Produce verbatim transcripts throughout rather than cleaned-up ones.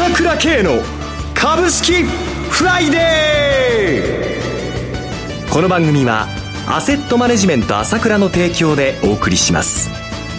朝倉慶の株式フライデー。この番組はアセットマネジメント朝倉の提供でお送りします。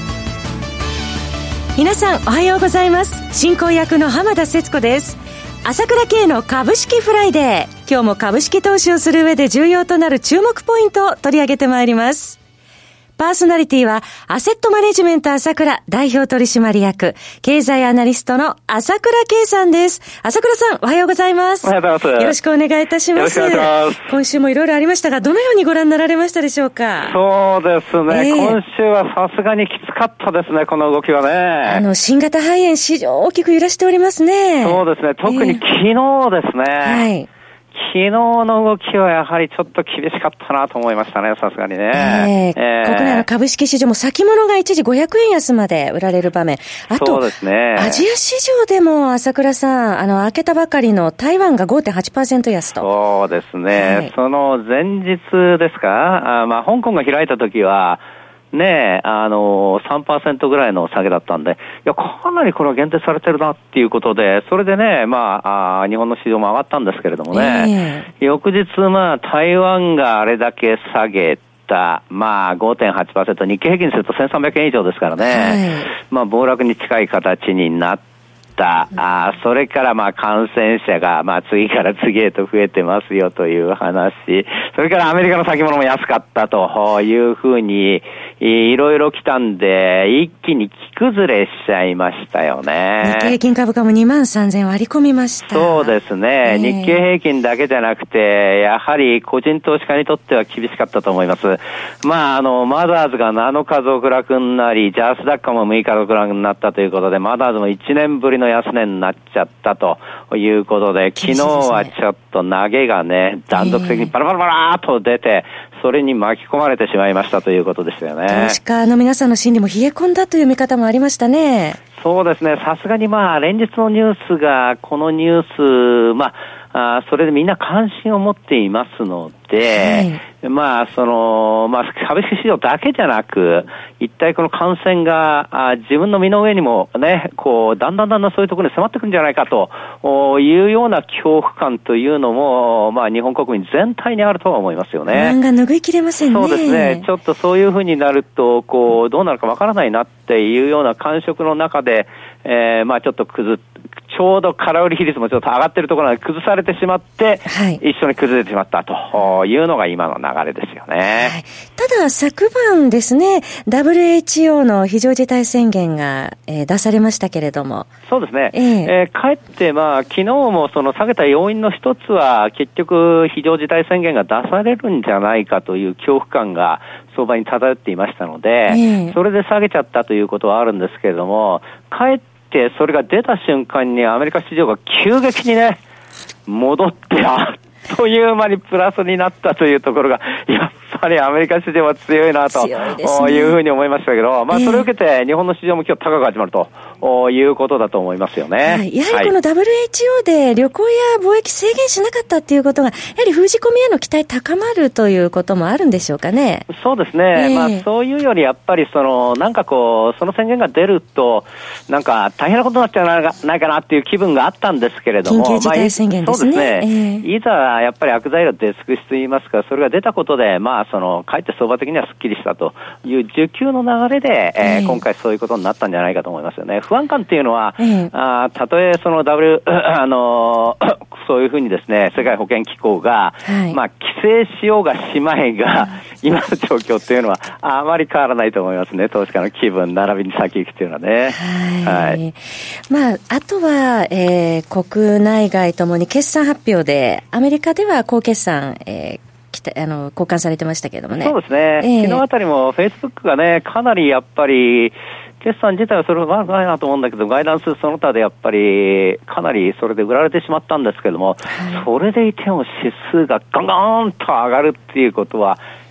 皆さんおはようございます。進行役の浜田節子です。朝倉慶の株式フライデー。今日も株式投資をする上で重要となる注目ポイントを取り上げてまいります。パーソナリティはアセットマネジメント朝倉代表取締役経済アナリストの朝倉慶さんです。朝倉さんおはようございます。 おはようございます。 よろしくお願いいたします。 よろしくお願いします。 今週もいろいろありましたが、どのようにご覧になられましたでしょうか。 そうですね、 えー、 今週はさすがにきつかったですね、この動きはね。 あの新型肺炎市場大きく揺らしておりますね。 そうですね、特に昨日ですね、 えー、はい昨日の動きはやはりちょっと厳しかったなと思いましたね、さすがにね。 えーえー、国内の株式市場も先物が一時ごひゃくえん安まで売られる場面。あと、 そうですね、 アジア市場でも朝倉さん、あの、開けたばかりの台湾が ごてんはちパーセント 安と。 そうですね、はい、その前日ですか、あまあ、香港が開いた時は、ねえ、あのー、さんパーセント ぐらいの下げだったんで、いや、かなりこれは限定されてるなっていうことで、それでね、まあ、あ日本の市場も上がったんですけれどもね、えー、翌日、まあ、台湾があれだけ下げた、まあ、ごてんはちパーセント、日経平均するとせんさんびゃくえん以上ですからね、はい、まあ、暴落に近い形になって、あそれからまあ感染者がまあ次から次へと増えてますよという話、それからアメリカの先物も安かったというふうにいろいろ来たんで、一気に木崩れしちゃいましたよね。 日経平均株価もにまんさんぜん割り込みました。 そうですね、 えー、 日経平均だけじゃなくてやはり個人投資家にとっては厳しかったと思います。まああのマザーズがなのか続落になり、ジャスダックもむいか続落になったということで、マザーズもいちねんぶりの安値になっちゃったということで、昨日はちょっと投げがね、断続的にバラバラバラーっと出て、それに巻き込まれてしまいましたということですよね。 投資家の皆さんの心理も冷え込んだという見方もありましたね。 そうですね、さすがにまあ連日のニュースが、このニュース、まああそれでみんな関心を持っていますので、はい、まあそのまあ株式市場だけじゃなく、一体この感染があ自分の身の上にもね、こうだんだんだんだんそういうところに迫ってくるんじゃないかというような恐怖感というのも、まあ日本国民全体にあるとは思いますよね。 不安が拭いきれませんね。 そうですね。ちょっとそういうふうになると、こうどうなるかわからないなっていうような感触の中で、えー、まあちょっと崩ちょうど空売り比率もちょっと上がってるところで崩されてしまって、はい、一緒に崩れてしまったというのが今の流れですよね。はい、 ただ昨晩ですね、ダブリューエイチオー の非常事態宣言が、えー、出されましたけれども。 そうですね。えーえー、かえってまあ昨日もその下げた要因の一つは結局非常事態宣言が出されるんじゃないかという恐怖感が相場に漂っていましたので、えー、それで下げちゃったということはあるんですけれども、かえってそれが出た瞬間にアメリカ市場が急激にね戻ってあっという間にプラスになったというところがやっぱりアメリカ市場は強いなというふうに思いましたけど、まあそれを受けて日本の市場も今日高く始まるということだと思いますよね。はい、 やはりこの ダブリューエイチオー で旅行や貿易制限しなかったっていうことがやはり封じ込みへの期待高まるということもあるんでしょうかね。 そうですね、えー、まあそういうよりやっぱりそのなんかこうその宣言が出るとなんか大変なことになっちゃうないかなっていう気分があったんですけれども、 緊急事態宣言ですね。 まあ、そうですね、えー、いざやっぱり悪材料デスク質といいますか、それが出たことでまあそのかえって相場的にはすっきりしたという需給の流れで、えーえー、今回そういうことになったんじゃないかと思いますよね。不安感っていうのは、えー、あたとえその W あのそういうふうにですね、世界保健機構が、はい、まあ規制しようがしまいが、今の状況っていうのはあまり変わらないと思いますね。投資家の気分並びに先行くっていうのはね。 はい。はい、まああとは、えー、国内外ともに決算発表で、アメリカでは高決算、えーあの交換されてましたけれどもね。 そうですね、えー、昨日あたりもフェイスブックがねかなりやっぱり決算自体はそれほど悪くないなと思うんだけど、ガイダンスその他でやっぱりかなりそれで売られてしまったんですけども、はい、それでいても指数がガンガンと上がるっていうことは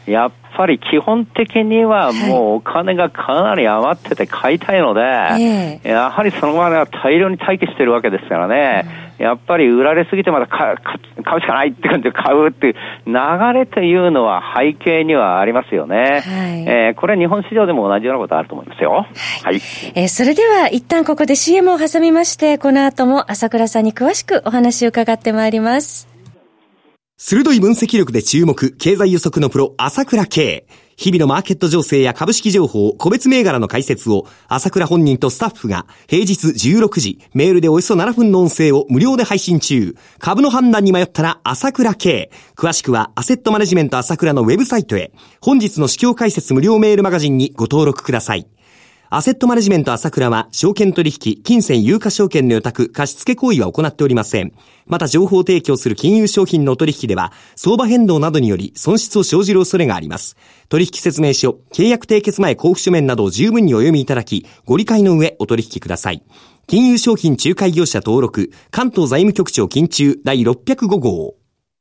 やっぱり基本的にはもうお金がかなり余ってて買いたいので、はい、やはりそのまま大量に待機してるわけですからね、うん、やっぱり売られすぎてまた買うしかないって感じで買うっていう流れというのは背景にはありますよね、はい、えー、これは日本市場でも同じようなことあると思いますよ。はい、 はい、えー、それでは一旦ここで シーエム を挟みまして、この後も朝倉さんに詳しくお話を伺ってまいります。 鋭い分析力で注目、経済予測のプロ、朝倉慶。日々のマーケット情勢や株式情報、個別銘柄の解説を、朝倉本人とスタッフが、平日じゅうろくじ、メールでおよそななふんの音声を無料で配信中。株の判断に迷ったら、朝倉慶。詳しくは、アセットマネジメント朝倉のウェブサイトへ、本日の市況解説無料メールマガジンにご登録ください。アセットマネジメント朝倉は、証券取引、金銭有価証券の予託、貸付行為は行っておりません。また情報提供する金融商品の取引では、相場変動などにより損失を生じる恐れがあります。取引説明書、契約締結前交付書面などを十分にお読みいただき、ご理解の上お取引ください。金融商品仲介業者登録、関東財務局長金中第ろっぴゃくご号。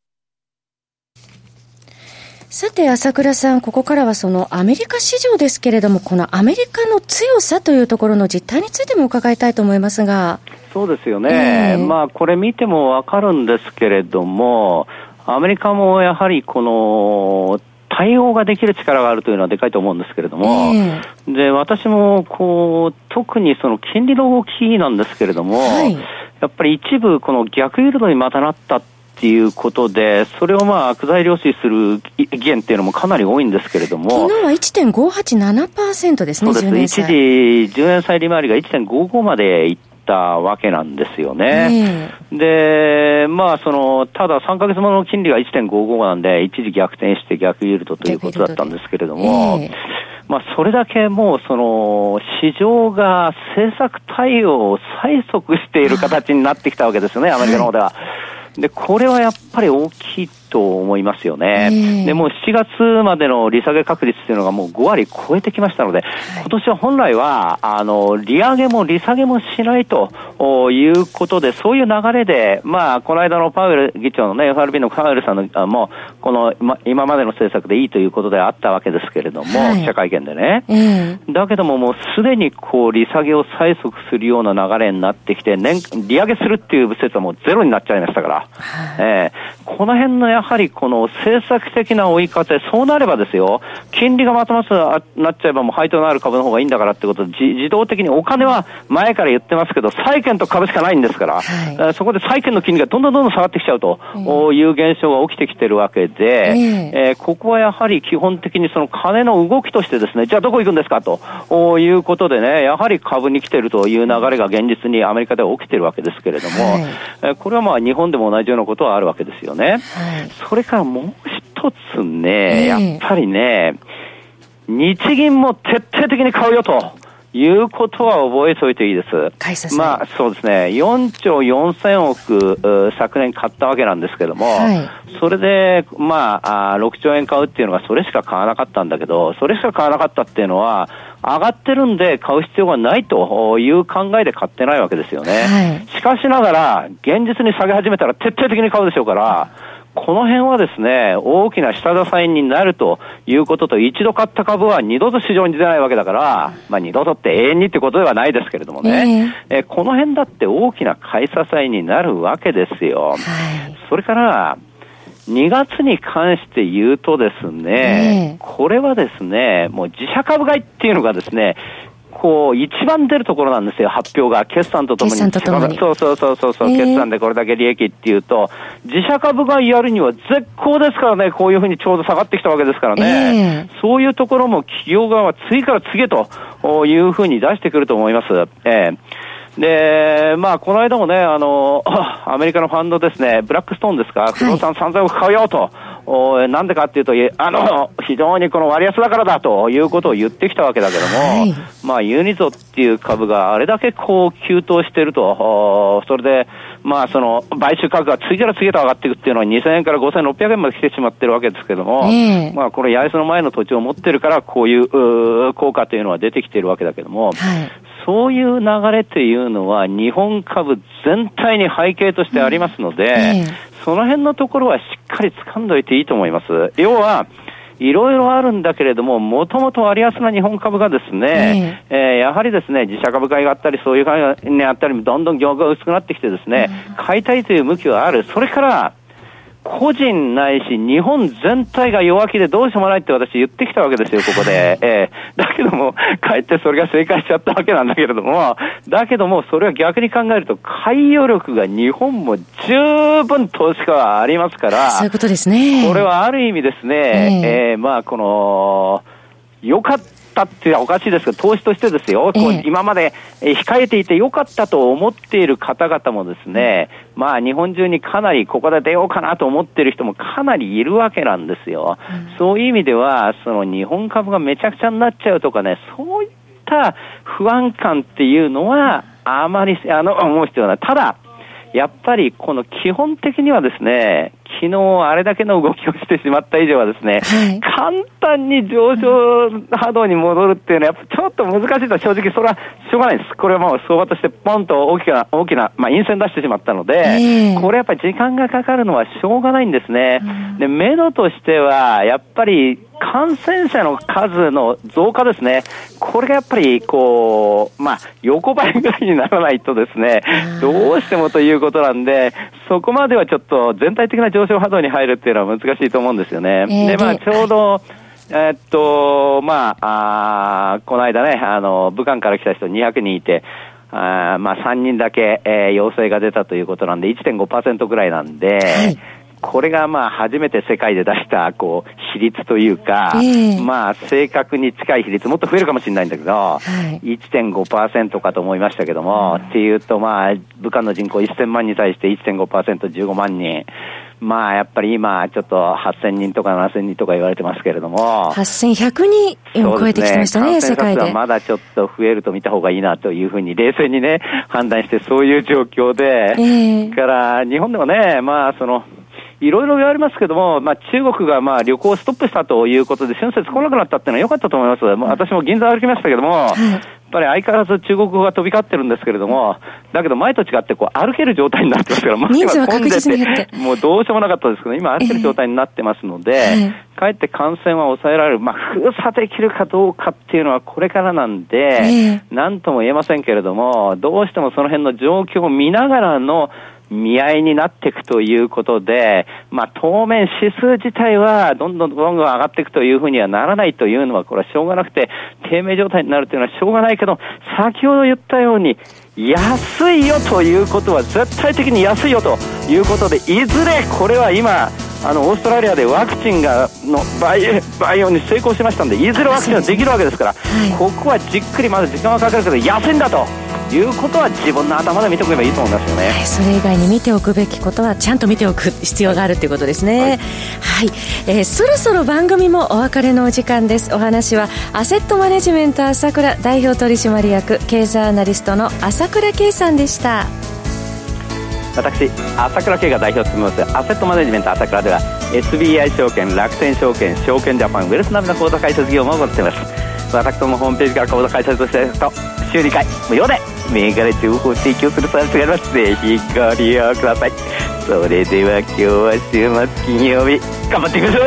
さて朝倉さん、ここからはそのアメリカ市場ですけれども、このアメリカの強さというところの実態についても伺いたいと思いますが。 そうですよね、えー、まあこれ見てもわかるんですけれども、アメリカもやはりこの対応ができる力があるというのはでかいと思うんですけれども、えー、で私もこう特にその金利の動きなんですけれども、はい、やっぱり一部この逆ユーロドにまたなったっていうことで、それをまあ悪材料視する意見っていうのもかなり多いんですけれども、 昨日は いってんごはちななパーセント ですね。 そうです。一時じゅうねん債利回りが いってんごご までいったわけなんですよね、えー、でまあそのたださんかげつものの金利が いってんごご なんで一時逆転して逆ユーロドということだったんですけれども、えーまあ、それだけもうその市場が政策対応を催促している形になってきたわけですよね、アメリカの方では。で、これはやっぱり大きいと思いますよね、えー、でもうしちがつまでの利下げ確率というのがもうごわり超えてきましたので、はい、今年は本来はあの利上げも利下げもしないということで、そういう流れで、まあ、この間のパウエル議長のね エフアールビー のパウエルさんのあもこの、ま、今までの政策でいいということであったわけですけれども、はい、記者会見でね、えー、だけどももうすでにこう利下げを催促するような流れになってきて、年利上げするっていう説はもうゼロになっちゃいましたから、はい、えー、この辺のやはりこの政策的な追い風、そうなればですよ、金利がまたまたなっちゃえばもう配当のある株の方がいいんだからってことで、自動的にお金は前から言ってますけど債券と株しかないんですから、はい、そこで債券の金利がどんどんどんどん下がってきちゃうという現象が起きてきてるわけで、えーえー、ここはやはり基本的にその金の動きとしてですね、じゃあどこ行くんですかということでね、やはり株に来てるという流れが現実にアメリカでは起きてるわけですけれども、はい、えー、これはまあ日本でも同じようなことはあるわけですよね、はい、それからもう一つね、やっぱりね、日銀も徹底的に買うよということは覚えておいていいです。まあそうですね、よんちょうよんせんおく昨年買ったわけなんですけども、はい、それでまあろくちょうえん買うっていうのがそれしか買わなかったんだけど、それしか買わなかったっていうのは上がってるんで買う必要がないという考えで買ってないわけですよね、はい、しかしながら現実に下げ始めたら徹底的に買うでしょうから、この辺はですね、大きな下支えになるということと、一度買った株は二度と市場に出ないわけだから、まあ二度とって永遠にってことではないですけれどもね、えー、えこの辺だって大きな買い支えになるわけですよ、はい、それからにがつに関して言うとですね、えー、これはですね、もう自社株買いっていうのがですね、こう一番出るところなんですよ、発表が決算とともに。決算とともに。そうそうそうそうそう、えー、決算でこれだけ利益っていうと、自社株買いやるには絶好ですからね、こういうふうにちょうど下がってきたわけですからね、えー、そういうところも企業側は次から次へというふうに出してくると思います。えーで、まあ、この間もね、あの、アメリカのファンドですね、ブラックストーンですか、不動産さんぜんおく買うよと、はい、なんでかっていうと、あの、非常にこの割安だからだということを言ってきたわけだけども、はい、まあ、ユニゾっていう株があれだけこう、急騰してると、それで、まあ、その、買収価格が次から次へと上がっていくっていうのはにせんえんからごせんろっぴゃくえんまで来てしまってるわけですけども、えー、まあ、これ、八重洲の前の土地を持ってるから、こういう、う効果というのは出てきてるわけだけども、はい、そういう流れというのは日本株全体に背景としてありますので、うんええ、その辺のところはしっかり掴んどいていいと思います。要はいろいろあるんだけれども、もともと割安な日本株がですね、えーえー、やはりですね、自社株買いがあったり、そういう買いが、ね、あったり、どんどん業界が薄くなってきてですね、うん、買いたいという向きはある。それから、個人ないし日本全体が弱気でどうしようもないって私言ってきたわけですよ、ここで。えー、だけども、かえってそれが正解しちゃったわけなんだけれども、だけども、それは逆に考えると、買い余力が日本も十分投資家はありますから、 そういうことですね。 これはある意味ですね、えー、えー、まあ、この、よかった。たっていうのはおかしいですけど、投資としてですよ、ええ、今まで控えていてよかったと思っている方々もですね、うん、まあ日本中にかなりここで出ようかなと思っている人もかなりいるわけなんですよ。うん、そういう意味では、その日本株がめちゃくちゃになっちゃうとかね、そういった不安感っていうのはあまりあの思う必要ない。ただ、やっぱりこの基本的にはですね、昨日あれだけの動きをしてしまった以上はですね、はい、簡単に上昇波動に戻るっていうのはやっぱちょっと難しいと、正直それはしょうがないです。これはもう相場としてポンと大きな大きな、まあ、陰線出してしまったので、えー、これやっぱり時間がかかるのはしょうがないんですね。うん、で、目処としてはやっぱり感染者の数の増加ですね。これがやっぱりこう、まあ、横ばいぐらいにならないとですね、どうしてもということなんで、そこまではちょっと全体的な上昇波動に入るっていうのは難しいと思うんですよね。えー、で、まあ、ちょうど、えー、っと、まあ、あこの間ね、あの、武漢から来た人にひゃくにんいて、あまあ、さんにんだけ、えー、陽性が出たということなんで、いってんごパーセント ぐらいなんで、はい、これがまあ初めて世界で出したこう比率というか、えー、まあ正確に近い比率もっと増えるかもしれないんだけど、はい、いってんごパーセント かと思いましたけども、うん、っていうとまあ武漢の人口せんまんに対して いってんごパーセントじゅうごまんにん、まあやっぱり今ちょっとはっせんにんとかななせんにんとか言われてますけれども、 はっせんひゃくにんを超えてきてましたね、世界で。 感染者数はまだちょっと増えると見た方がいいなというふうに冷静にね判断して、そういう状況で、えー、から日本でもね、まあそのいろいろ言われますけども、まあ、中国がまあ旅行をストップしたということで春節来なくなったっていうのは良かったと思います。もう私も銀座歩きましたけども、はい、やっぱり相変わらず中国語が飛び交ってるんですけれども、だけど前と違ってこう歩ける状態になってますから、 人数は確実に減って、 もうどうしようもなかったですけど、今歩ける状態になってますので、えー、かえって感染は抑えられる。まあ、封鎖できるかどうかっていうのはこれからなんで、えー、なんとも言えませんけれども、どうしてもその辺の状況を見ながらの見合いになっていくということで、まあ当面指数自体はどんどんどんどん上がっていくというふうにはならないというのは、これはしょうがなくて、低迷状態になるというのはしょうがないけど、先ほど言ったように安いよということは絶対的に安いよということで、いずれこれは今あのオーストラリアでワクチンがの培養に成功しましたので、いずれワクチンができるわけですから、はい、ここはじっくりまだ時間はかかるけど安いんだということは自分の頭で見ておけばいいと思いますよね。はい、 それ以外に見ておくべきことはちゃんと見ておく必要があるということですね。はい、はい、えー、そろそろ番組もお別れのお時間です。お話はアセットマネジメント朝倉代表取締役経済アナリストの朝倉圭さんでした。 私朝倉圭が代表を務めますアセットマネジメント朝倉では エスビーアイ 証券、楽天証券、証券ジャパン、ウェルスナビの口座開設業務を行っています。私どもホームページから口座開設としてと週にかい無料で銘柄情報を提供するサービスがあります。ぜひご利用ください。それでは今日は週末金曜日頑張っていきましょう。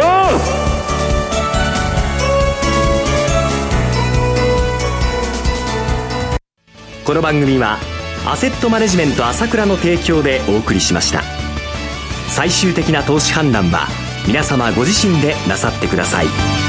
この番組はアセットマネジメント朝倉の提供でお送りしました。最終的な投資判断は皆様ご自身でなさってください。